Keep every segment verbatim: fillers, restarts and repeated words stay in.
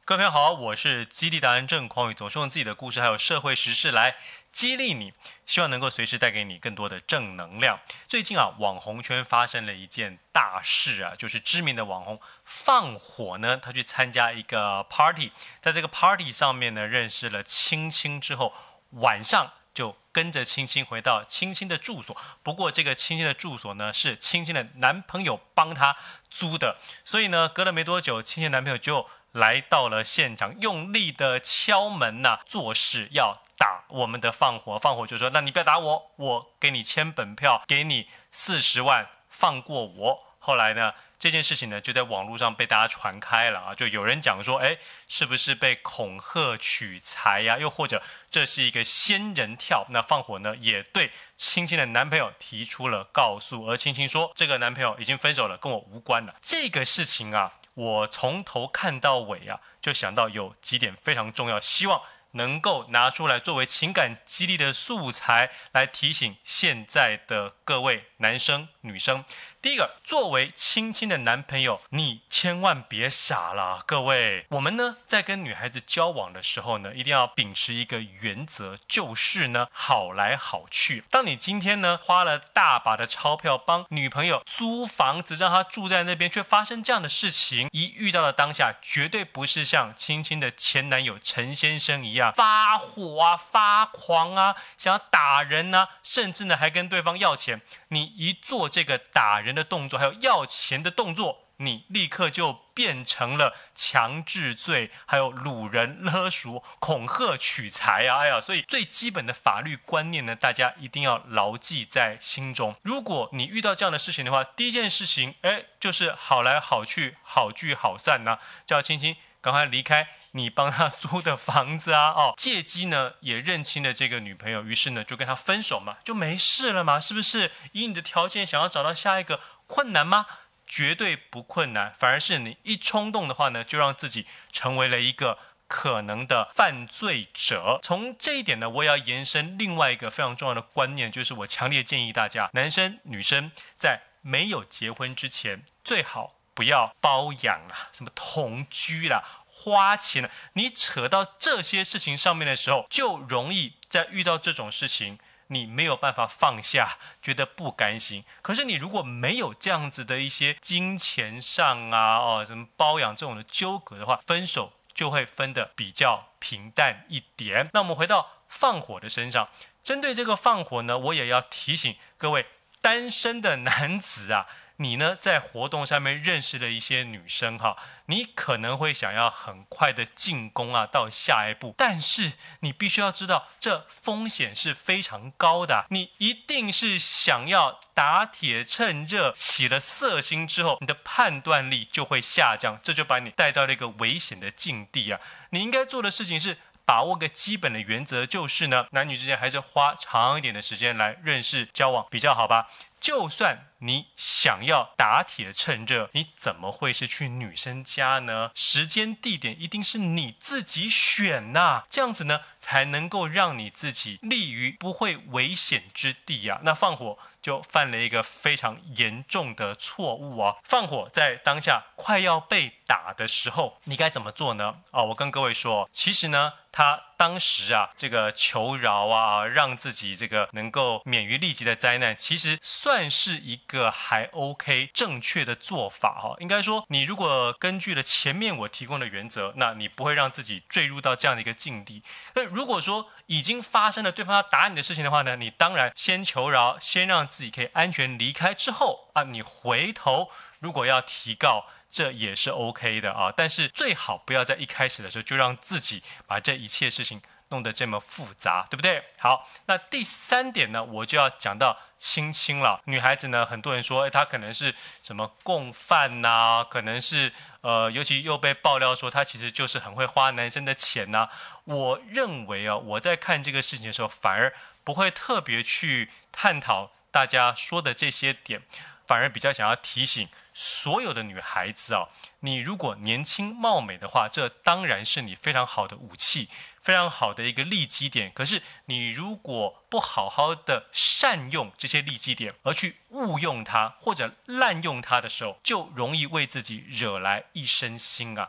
各位朋友好，我是激励达人郑匡宇，总是用自己的故事还有社会时事来激励你，希望能够随时带给你更多的正能量。最近啊，网红圈发生了一件大事啊，就是知名的网红放火呢，他去参加一个 party， 在这个 party 上面呢，认识了青青之后，晚上就跟着青青回到青青的住所。不过这个青青的住所呢，是青青的男朋友帮他租的，所以呢，隔了没多久，青青的男朋友就来到了现场，用力的敲门呐、啊，做事要打我们的放火。放火就说：“那你不要打我，我给你签本票，给你四十万，放过我。”后来呢，这件事情呢就在网络上被大家传开了啊，就有人讲说：“哎，是不是被恐吓取财呀、啊？又或者这是一个仙人跳？”那放火呢也对青青的男朋友提出了告诉，而青青说：“这个男朋友已经分手了，跟我无关了。”这个事情啊。我从头看到尾啊，就想到有几点非常重要，希望能够拿出来作为情感激励的素材，来提醒现在的各位男生女生。第一个，作为青青的男朋友，你千万别傻了，各位。我们呢，在跟女孩子交往的时候呢，一定要秉持一个原则，就是呢，好来好去。当你今天呢，花了大把的钞票帮女朋友租房子，让她住在那边，却发生这样的事情，一遇到的当下，绝对不是像青青的前男友陈先生一样发火啊、发狂啊，想要打人啊，甚至呢，还跟对方要钱。你一做这个打人的动作，还有要钱的动作，你立刻就变成了强制罪，还有掳人勒赎、恐吓取财啊！哎呀，所以最基本的法律观念呢，大家一定要牢记在心中。如果你遇到这样的事情的话，第一件事情，哎，就是好来好去、好聚好散呐、啊，叫青青赶快离开你帮他租的房子啊！哦，借机呢也认清了这个女朋友，于是呢就跟他分手嘛，就没事了嘛，是不是？以你的条件想要找到下一个困难吗？绝对不困难，反而是你一冲动的话呢，就让自己成为了一个可能的犯罪者。从这一点呢，我也要延伸另外一个非常重要的观念，就是我强烈建议大家，男生女生在没有结婚之前，最好不要包养啊，什么同居啦、花钱了，你扯到这些事情上面的时候，就容易在遇到这种事情，你没有办法放下，觉得不甘心。可是你如果没有这样子的一些金钱上啊、哦什么包养这种的纠葛的话，分手就会分得比较平淡一点。那我们回到放火的身上，针对这个放火呢，我也要提醒各位单身的男子啊。你呢，在活动上面认识了一些女生哈，你可能会想要很快的进攻啊，到下一步，但是你必须要知道，这风险是非常高的。你一定是想要打铁趁热，起了色心之后，你的判断力就会下降，这就把你带到了一个危险的境地啊。你应该做的事情是把握个基本的原则，就是呢，男女之间还是花长一点的时间来认识交往比较好吧。就算你想要打铁趁热，你怎么会是去女生家呢？时间地点一定是你自己选呐、啊，这样子呢才能够让你自己立于不会危险之地啊。那放火就犯了一个非常严重的错误啊！放火在当下快要被打的时候，你该怎么做呢？啊、哦，我跟各位说，其实呢，他当时啊，这个求饶啊，让自己这个能够免于立即的灾难，其实算是一个还 OK 正确的做法哈、哦。应该说，你如果根据了前面我提供的原则，那你不会让自己坠入到这样的一个境地。那如果说已经发生了对方要打你的事情的话呢，你当然先求饶，先让自己可以安全离开之后啊，你回头如果要提告，这也是 OK 的啊。但是最好不要在一开始的时候就让自己把这一切事情弄得这么复杂，对不对？好，那第三点呢，我就要讲到青青了。女孩子呢，很多人说，哎，她可能是什么共犯呐、啊，可能是呃，尤其又被爆料说她其实就是很会花男生的钱呐、啊。我认为啊，我在看这个事情的时候，反而不会特别去探讨大家说的这些点，反而比较想要提醒所有的女孩子啊，你如果年轻貌美的话，这当然是你非常好的武器，非常好的一个利基点。可是你如果不好好的善用这些利基点，而去误用它或者滥用它的时候，就容易为自己惹来一身腥啊。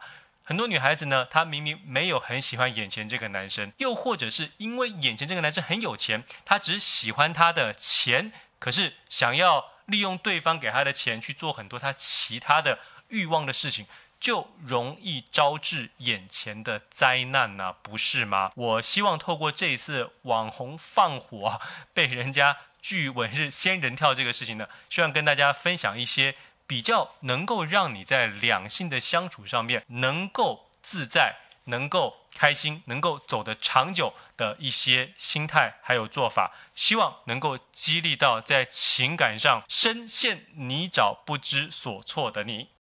很多女孩子呢，她明明没有很喜欢眼前这个男生，又或者是因为眼前这个男生很有钱，她只喜欢他的钱，可是想要利用对方给她的钱去做很多她其他的欲望的事情，就容易招致眼前的灾难啊，不是吗？我希望透过这一次网红放火、啊、被人家据闻是仙人跳这个事情呢，希望跟大家分享一些比较能够让你在两性的相处上面能够自在、能够开心、能够走得长久的一些心态还有做法，希望能够激励到在情感上深陷泥沼不知所措的你。